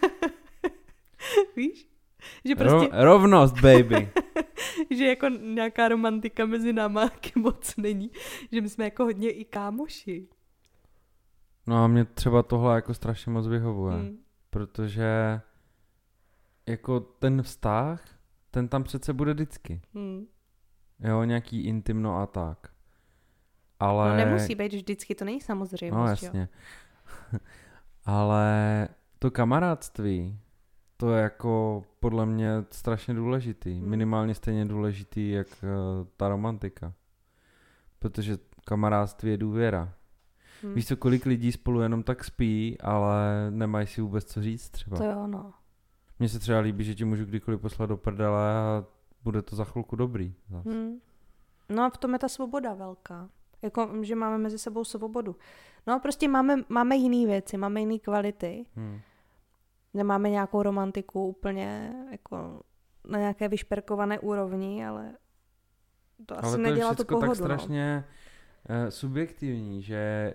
Víš? Že prostě... Ro- rovnost, baby. že jako nějaká romantika mezi náma moc není. Že my jsme jako hodně i kámoši. No a mě třeba tohle jako strašně moc vyhovuje. Hmm. Protože jako ten vztah, ten tam přece bude vždycky. Hmm. Jo, nějaký intimno a tak. Ale... No nemusí být vždycky, to není samozřejmě. No jasně. Ale to kamarádství, to je jako podle mě strašně důležitý. Hmm. Minimálně stejně důležitý, jak uh, ta romantika. Protože kamarádství je důvěra. Hmm. Víš co, kolik lidí spolu jenom tak spí, ale nemají si vůbec co říct třeba. To jo, no. Mně se třeba líbí, že ti můžu kdykoliv poslat do prdele a bude to za chvilku dobrý. Zas. Hmm. No a v tom je ta svoboda velká. Jako, že máme mezi sebou svobodu. No prostě máme, máme jiný věci, máme jiný kvality. Hmm. Nemáme nějakou romantiku úplně jako na nějaké vyšperkované úrovni, ale to asi Ale to nedělá je tu všechno pohodu. tak strašně uh, subjektivní, že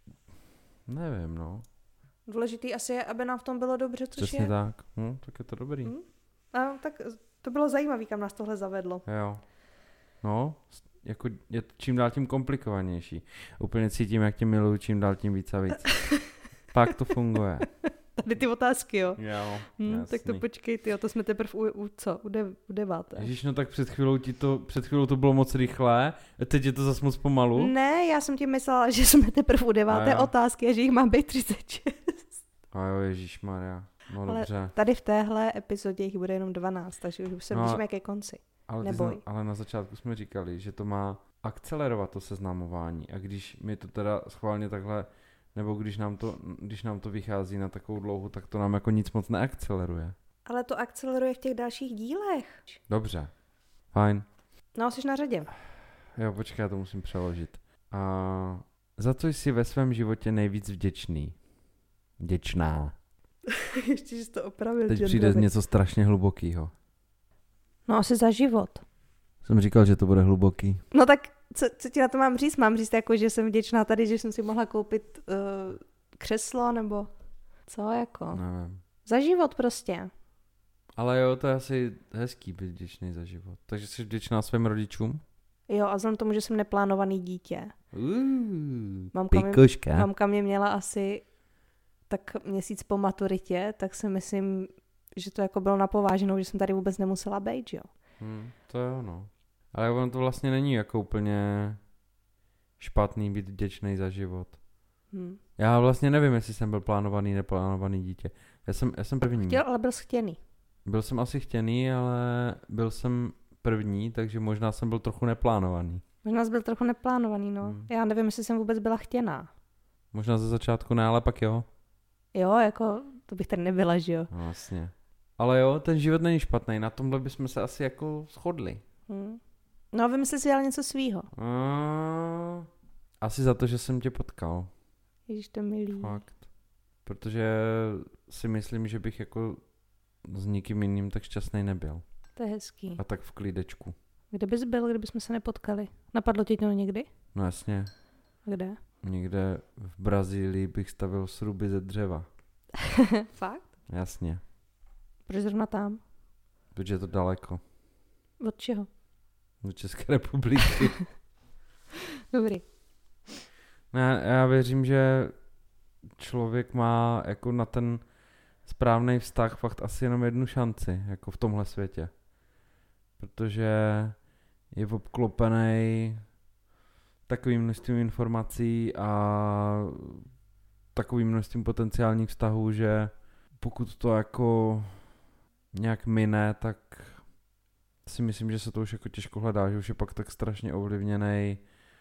nevím, no. No. Důležitý asi je, aby nám v tom bylo dobře, což Přesně je. tak. Hm, tak je to dobrý. Hmm. A, tak to bylo zajímavé, kam nás tohle zavedlo. Jo. No, jako je to čím dál tím komplikovanější. Úplně cítím, jak tě miluju, čím dál tím víc a víc. Pak to funguje. Tady ty otázky, jo. Jo, Hmm, tak to počkej, ty, to jsme teprve u, u co? U, de, u deváté. Ježíš, no tak před chvílou ti to, před chvílou to bylo moc rychlé, a teď je to zas moc pomalu. Ne, já jsem ti myslela, že jsme teprve u deváté otázky a že jich má být třicet šest. A jo, ježíšmarja, no ale dobře. Tady v téhle epizodě jich bude jenom dvanáct, takže už se No, blížíme ke konci. Ale, Neboj. Zna, ale na začátku jsme říkali, že to má akcelerovat to seznamování a když mi to teda schválně takhle, nebo když nám to, když nám to vychází na takovou dlouhu, tak to nám jako nic moc neakceleruje. Ale to akceleruje v těch dalších dílech. Dobře, fajn. No, jsi na řadě. Jo, počkej, já to musím přeložit. A za co jsi ve svém životě nejvíc vděčný? Vděčná. Ještě, že jsi to opravil. Teď přijde z něco strašně hlubokýho. No, asi za život. Jsem říkal, že to bude hluboký. No tak, co, co ti na to mám říct? Mám říct jako, že jsem vděčná tady, že jsem si mohla koupit uh, křeslo, nebo co jako? Nevím. Za život prostě. Ale jo, to je asi hezký být vděčný za život. Takže jsi vděčná svým rodičům? Jo, a vzhledem tomu, že jsem neplánovaný dítě. Uh, Mamka, pikoška. mě, mamka mě měla asi tak měsíc po maturitě, tak si myslím, že to jako bylo napováženou, že jsem tady vůbec nemusela být, jo. Hmm, to jo, no. Ale ono to vlastně není jako úplně špatný být vděčný za život. Hmm. Já vlastně nevím, jestli jsem byl plánovaný, neplánovaný dítě. Já jsem, já jsem první. Chtěl, ale byl chtěný. Byl jsem asi chtěný, ale byl jsem první, takže možná jsem byl trochu neplánovaný. Možná jsi byl trochu neplánovaný, no. Hmm. Já nevím, jestli jsem vůbec byla chtěná. Možná ze začátku ne, ale pak jo. Jo, jako, to bych tady nebyla, že jo. No, vlastně. Ale jo, ten život není špatný, na tomhle bychom se asi jako shodli. Hmm. No, vymysli si ale něco svýho. A... Asi za to, že jsem tě potkal. Ježiš, to milý. Fakt. Protože si myslím, že bych jako s nikým jiným tak šťastný nebyl. To je hezký. A tak v klídečku. Kde bys byl, kdybychom se nepotkali? Napadlo ti to někdy? No jasně. Kde? Někde v Brazílii bych stavil sruby ze dřeva. Fakt? Jasně. Proč zrovna tam? Protože je to daleko. Od čeho? Do České republiky. Dobrý. Já, já věřím, že člověk má jako na ten správný vztah fakt asi jenom jednu šanci, jako v tomhle světě. Protože je obklopený takovým množstvím informací a takovým množstvím potenciálních vztahů, že pokud to jako nějak mine, tak si myslím, že se to už jako těžko hledá, že už je pak tak strašně ovlivněný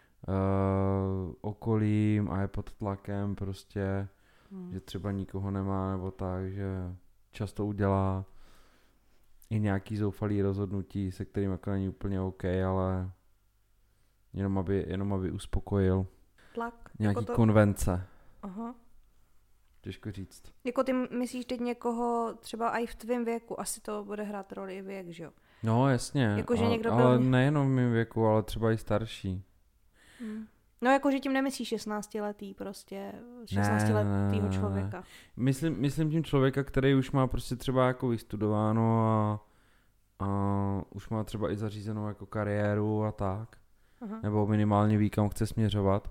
uh, okolím a je pod tlakem prostě, hmm. že třeba nikoho nemá nebo tak, že často udělá i nějaký zoufalý rozhodnutí, se kterým jako není úplně OK, ale jenom aby, jenom aby uspokojil Tlak. nějaký jako to... konvence. Aha. Těžko říct. Jako ty myslíš teď někoho třeba i v tvém věku, asi to bude hrát roli i věk, že jo? No jasně, jako, že ale, někdo ale byl... nejenom v mém věku, ale třeba i starší. Hmm. No jako, že tím nemyslíš šestnáctiletý prostě, šestnáctiletýho ne, člověka. Ne. Myslím, myslím tím člověka, který už má prostě třeba jako vystudováno a, a už má třeba i zařízenou jako kariéru a tak. Aha. Nebo minimálně ví, kam chce směřovat.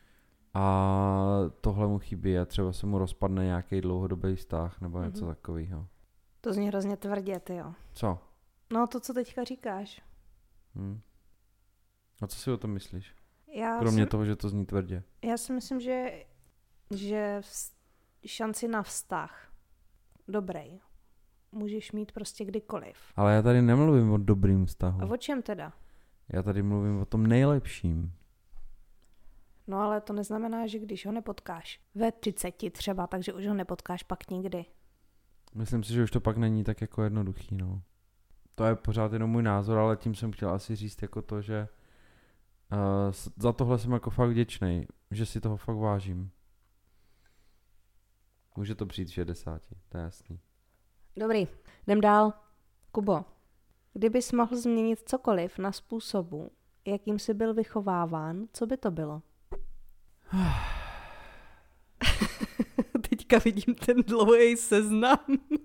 A tohle mu chybí a třeba se mu rozpadne nějaký dlouhodobý vztah nebo něco mm-hmm. takového. To zní hrozně tvrdě, ty jo. Co? No to, co teďka říkáš. Hmm. A co si o tom myslíš? Já Kromě si, toho, že to zní tvrdě. Já si myslím, že, že šanci na vztah dobrý můžeš mít prostě kdykoliv. Ale já tady nemluvím o dobrým vztahu. A o čem teda? Já tady mluvím o tom nejlepším. No ale to neznamená, že když ho nepotkáš ve třiceti třeba, takže už ho nepotkáš pak nikdy. Myslím si, že už to pak není tak jako jednoduchý, no. To je pořád jenom můj názor, ale tím jsem chtěl asi říct jako to, že uh, za tohle jsem jako fakt vděčnej, že si toho fakt vážím. Může to přijít v šedesáti, to je jasný. Dobrý, jdem dál. Kubo, kdybys mohl změnit cokoliv na způsobu, jakým jsi byl vychováván, co by to bylo? Teďka vidím ten dlouhý seznam.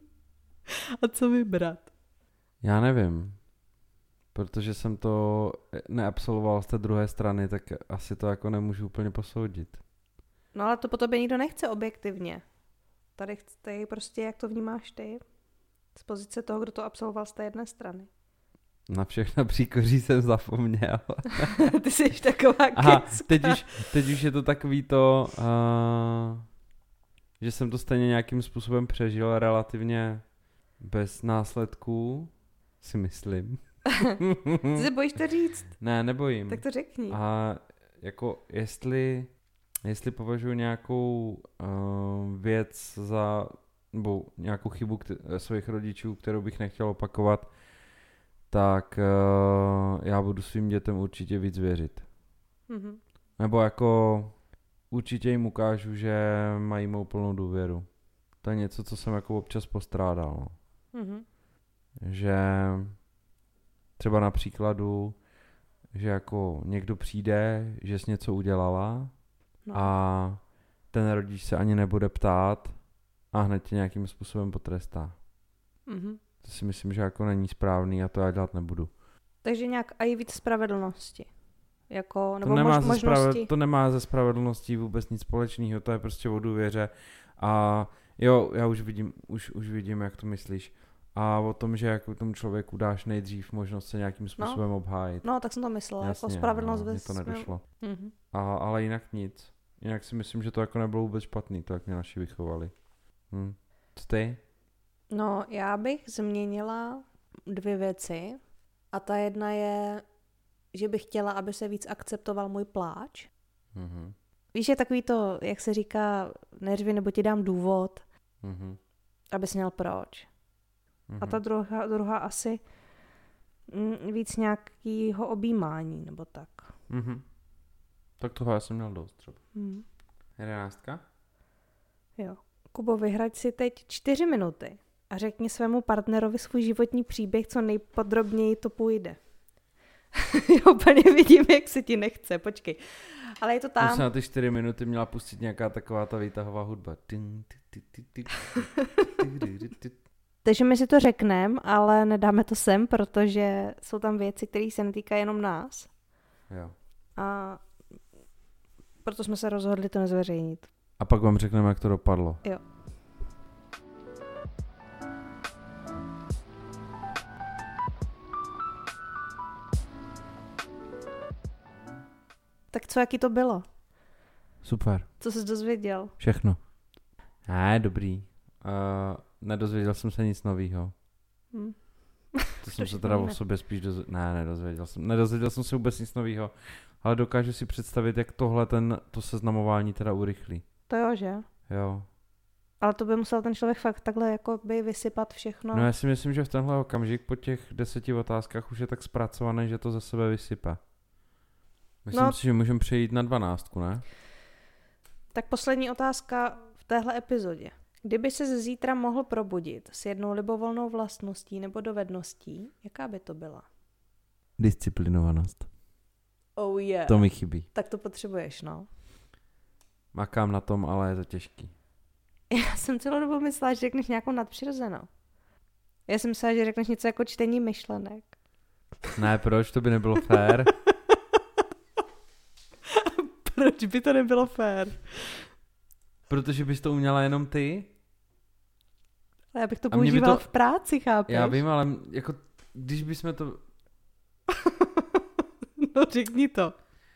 A co vybrat? Já nevím. Protože jsem to neabsolvoval z té druhé strany, tak asi to jako nemůžu úplně posoudit. No ale to po tobě nikdo nechce objektivně. Tady chce prostě, jak to vnímáš ty, z pozice toho, kdo to absolvoval z té jedné strany. Na všechna příkoří jsem zapomněl. Ty jsi taková Aha, teď už, teď už je to takový to, uh, že jsem to stejně nějakým způsobem přežil relativně bez následků, si myslím. Ty se bojíš to říct? Ne, nebojím. Tak to řekni. A jako jestli, jestli považuji nějakou uh, věc za, nebo nějakou chybu kte- svých rodičů, kterou bych nechtěl opakovat, tak uh, já budu svým dětem určitě víc věřit. Mm-hmm. Nebo jako určitě jim ukážu, že mají mou plnou důvěru. To je něco, co jsem jako občas postrádal. Mm-hmm. Že třeba na příkladu, že jako někdo přijde, že jsi něco udělala no. a ten rodič se ani nebude ptát a hned tě nějakým způsobem potrestá. Mm-hmm. To si myslím, že jako není správný a to já dělat nebudu. Takže nějak i víc spravedlnosti. Jako, nebo to, nemá mož, možnosti. Spravedl- to nemá ze spravedlností vůbec nic společného, to je prostě o důvěře. A jo, já už vidím, už, už vidím, jak to myslíš. A o tom, že jako tomu člověku dáš nejdřív možnost se nějakým způsobem no. obhájit. No, tak jsem to myslela. Jasně, jako spravedlnost no, mně to nedošlo. Mm-hmm. A, ale jinak nic. Jinak si myslím, že to jako nebylo vůbec špatný, to jak mě naši vychovali. Hm. Co ty? No, já bych změnila dvě věci. A ta jedna je, že bych chtěla, aby se víc akceptoval můj pláč. Mm-hmm. Víš, je takový to, jak se říká, neřvi, nebo ti dám důvod, mm-hmm. abys měl proč. Mm-hmm. A ta druhá, druhá asi mm, víc nějakého objímání, nebo tak. Mm-hmm. Tak toho já jsem měl dost třeba. Mm. Jedenáctka? Jo. Kubo, vyhrať si teď čtyři minuty a řekni svému partnerovi svůj životní příběh, co nejpodrobněji to půjde. Já úplně vidím, jak se ti nechce, počkej. Ale je to tam. Už se na ty čtyři minuty měla pustit nějaká taková ta výtahová hudba. Takže my si to řekneme, ale nedáme to sem, protože jsou tam věci, které se netýkají jenom nás. Jo. A proto jsme se rozhodli to nezveřejnit. A pak vám řekneme, jak to dopadlo. Jo. Tak co, jaký to bylo? Super. Co jsi dozvěděl? Všechno. Ne, dobrý. Uh, nedozvěděl jsem se nic novýho. Hm. To jsem se teda o sobě spíš dozvěděl. Ne, nedozvěděl jsem. Nedozvěděl jsem se vůbec nic novýho. Ale dokážu si představit, jak tohle ten, to seznamování teda urychlí. To jo, že? Jo. Ale to by musel ten člověk fakt takhle jako by vysypat všechno. No já si myslím, že v tenhle okamžik po těch deseti otázkách už je tak zpracovaný, že to za sebe vysype. Myslím no, si, že můžeme přejít na dvanáctku, ne? Tak poslední otázka v téhle epizodě. Kdyby se zítra mohl probudit s jednou libovolnou vlastností nebo dovedností, jaká by to byla? Disciplinovanost. Oh yeah. To mi chybí. Tak to potřebuješ, no. Makám na tom, ale je to těžký. Já jsem celou dobu myslela, že řekneš nějakou nadpřirozenou. Já jsem myslela, že řekneš něco jako čtení myšlenek. Ne, proč? To by nebylo fér. Proč by to nebylo fér? Protože bys to uměla jenom ty? Ale já bych to používala to... v práci, chápeš? Já vím, ale jako, když bychom to... No řekni to.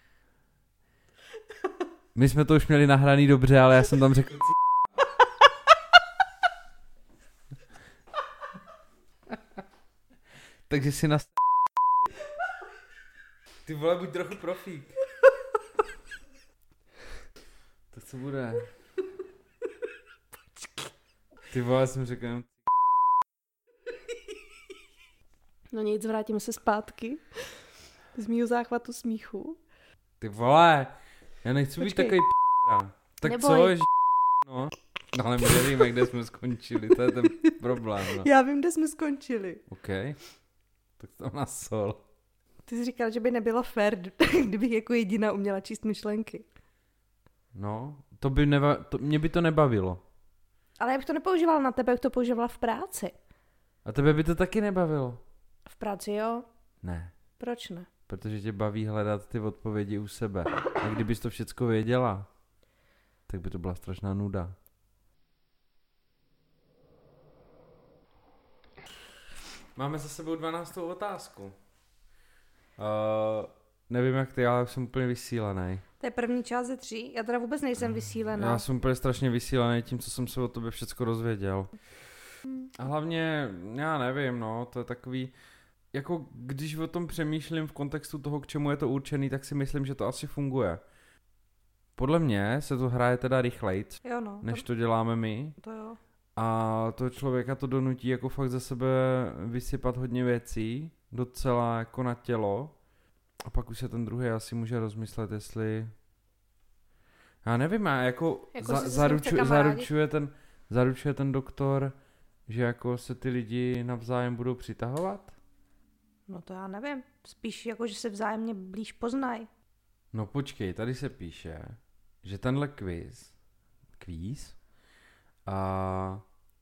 My jsme to už měli nahraný dobře, ale já jsem tam řekl... Takže si nas... Ty vole, buď trochu profík. To co bude? Ty vole, jsem řekl jenom... No nic, vrátíme se zpátky. Z mýho záchvatu smíchu. Ty vole, já nechci Počkej. být takový p***ra. Tak Neboj. Co, že no? No ale my nevíme, kde jsme skončili, to je ten problém, no. Já vím, kde jsme skončili. OK, tak to na sol. Ty jsi říkal, že by nebylo fér, kdybych jako jediná uměla číst myšlenky. No, to by neva, to, mě by to nebavilo. Ale já bych to nepoužívala na tebe, bych to používala v práci. A tebe by to taky nebavilo? V práci jo. Ne. Proč ne? Protože tě baví hledat ty odpovědi u sebe. A kdybys to všecko věděla, tak by to byla strašná nuda. Máme za sebou dvanáctou otázku. Uh, nevím jak ty, ale jsem úplně vysílený. To je první část ze tří. Já teda vůbec nejsem vysílená. Já jsem úplně strašně vysílený tím, co jsem se o tobě všecko dozvěděl. A hlavně, já nevím, no, to je takový... Jako když o tom přemýšlím v kontextu toho, k čemu je to určený, tak si myslím, že to asi funguje. Podle mě se to hraje teda rychlejc, jo no, než to, to děláme my. To jo. A to člověka to donutí jako fakt za sebe vysypat hodně věcí, docela jako na tělo. A pak už se ten druhý asi může rozmyslet, jestli... Já nevím, a jako, jako za, zaruču, zaručuje, ten, zaručuje ten doktor, že jako se ty lidi navzájem budou přitahovat? No to já nevím. Spíš jako, že se vzájemně blíž poznají. No počkej, tady se píše, že tenhle quiz, quiz a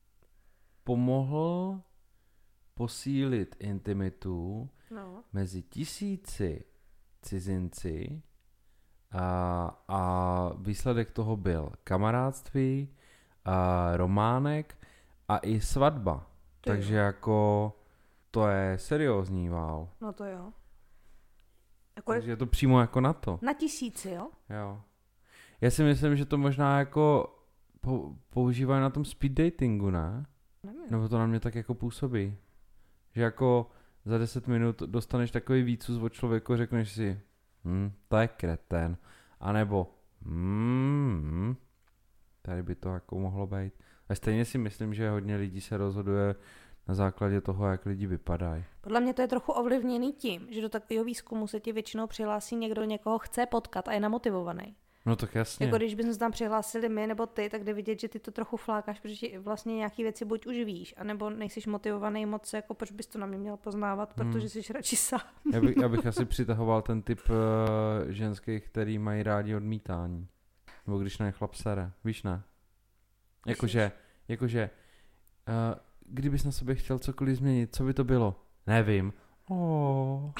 pomohl posílit intimitu no. mezi tisíci cizinci a, a výsledek toho byl kamarádství, a románek a i svatba. Ty Takže jo. jako to je seriózní, wow. No to jo. Jako Takže je to přímo jako na to. Na tisíci, jo? Jo. Já si myslím, že to možná jako po, používají na tom speed datingu, ne? Nevím. Nebo to na mě tak jako působí. Že jako za deset minut dostaneš takový výcud od člověku, řekneš si, hm, to je kretén. A nebo, hm, tady by to jako mohlo být. A stejně si myslím, že hodně lidí se rozhoduje na základě toho, jak lidi vypadají. Podle mě to je trochu ovlivněný tím, že do takového výzkumu se ti většinou přihlásí někdo, někoho chce potkat a je namotivovaný. No tak jasně. Jako když bychom se tam přihlásili my nebo ty, tak jde vidět, že ty to trochu flákáš, protože vlastně nějaký věci buď už víš, anebo nejsiš motivovaný moc, jako proč bys to na mě měl poznávat, protože hmm. jsi radši sám. Já bych, já bych asi přitahoval ten typ uh, ženských, který mají rádi odmítání. Nebo když ne chlap sere, víš ne? Jakože, jakože, uh, kdybys na sobě chtěl cokoliv změnit, co by to bylo? Nevím. Oh.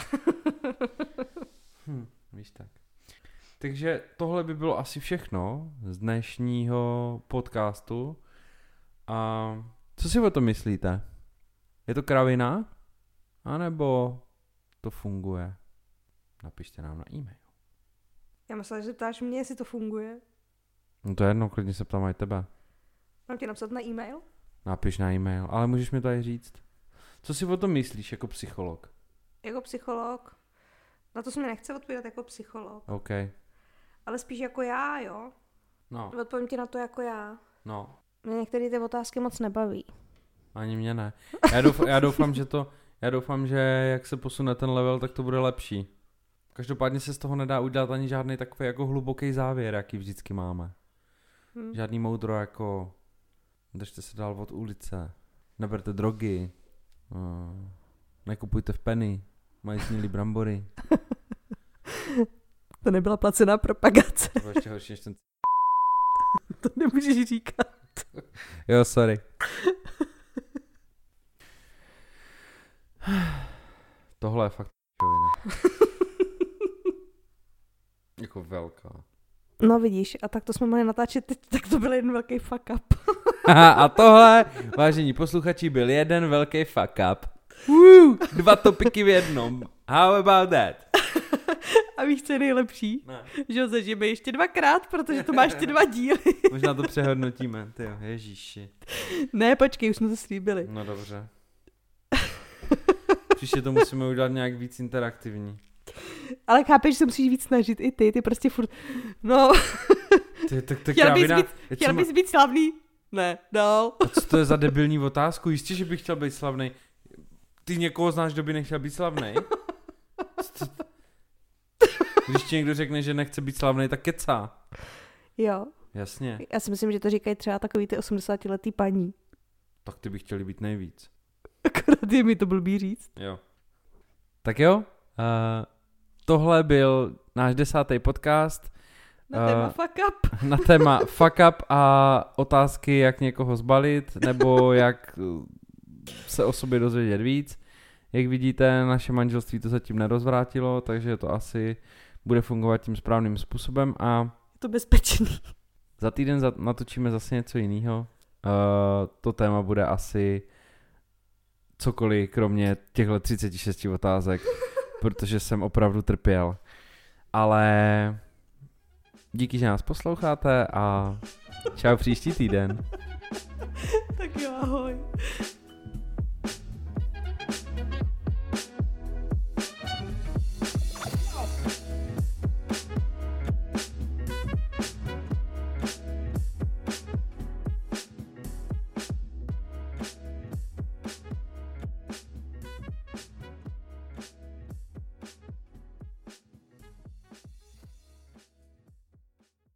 hm, víš tak. Takže tohle by bylo asi všechno z dnešního podcastu. A co si o tom myslíte? Je to kravina? A nebo to funguje? Napište nám na e-mail. Já myslím, že ptáš mě, jestli to funguje. No to je jedno, klidně se ptám aj tebe. Mám ti napsat na e-mail? Napiš na e-mail, ale můžeš mi to aj říct. Co si o tom myslíš jako psycholog? Jako psycholog? Na to se mi nechce odpovídat jako psycholog. OK. Ale spíš jako já, jo? No. Odpovím ti na to jako já. No. Mě některé ty otázky moc nebaví. Ani mě ne. Já doufám, já doufám, že to, já doufám, že jak se posune ten level, tak to bude lepší. Každopádně se z toho nedá udělat ani žádný takový jako hluboký závěr, jaký vždycky máme. Hmm. Žádný moudro jako držte se dál od ulice, neberte drogy, uh, nekupujte v penny, mají snílý brambory. To nebyla placená propagace. To bylo ještě horší než ten... To nemůžeš říkat. Jo, sorry. Tohle je fakt čovina. Jako velká. No vidíš, a tak to jsme mohli natáčet teď, tak to byl jeden velký fuck up. A tohle, vážení posluchači, byl jeden velký fuck up. Woo, dva topiky v jednom. How about that? A víš, co je nejlepší? Ne. Že ho zažijeme ještě dvakrát, protože to máš ty dva díly. Možná to přehodnotíme, tyjo, ježíši. Ne, počkej, už jsme to slíbili. No dobře. Příště to musíme udělat nějak víc interaktivní. Ale chápeš, že se musíš víc snažit i ty, ty prostě furt, no. Ty, tak, tak chtěl bys krávina, být, chtěl bys být slavný? Ne, dál. A co to je za debilní otázku? Jistě, že bych chtěl být slavnej. Ty někoho znáš, kdo by nechtěl být slavnej? Když ti někdo řekne, že nechce být slavnej, tak kecá. Jo. Jasně. Já si myslím, že to říkají třeba takový ty osmdesátiletý paní. Tak ty by chtěli být nejvíc. Akorát je mi to blbý říct. Jo. Tak jo, uh, tohle byl náš desátý podcast. Na téma uh, fuck up. Na téma fuck up a otázky, jak někoho zbalit, nebo jak se o sobě dozvědět víc. Jak vidíte, naše manželství to zatím nerozvrátilo, takže to asi bude fungovat tím správným způsobem a... Je to bezpečný. Za týden za- natočíme zase něco jiného. Uh, to téma bude asi cokoliv, kromě těchto třicet šest otázek, protože jsem opravdu trpěl. Ale díky, že nás posloucháte a čau příští týden. Tak jo, ahoj.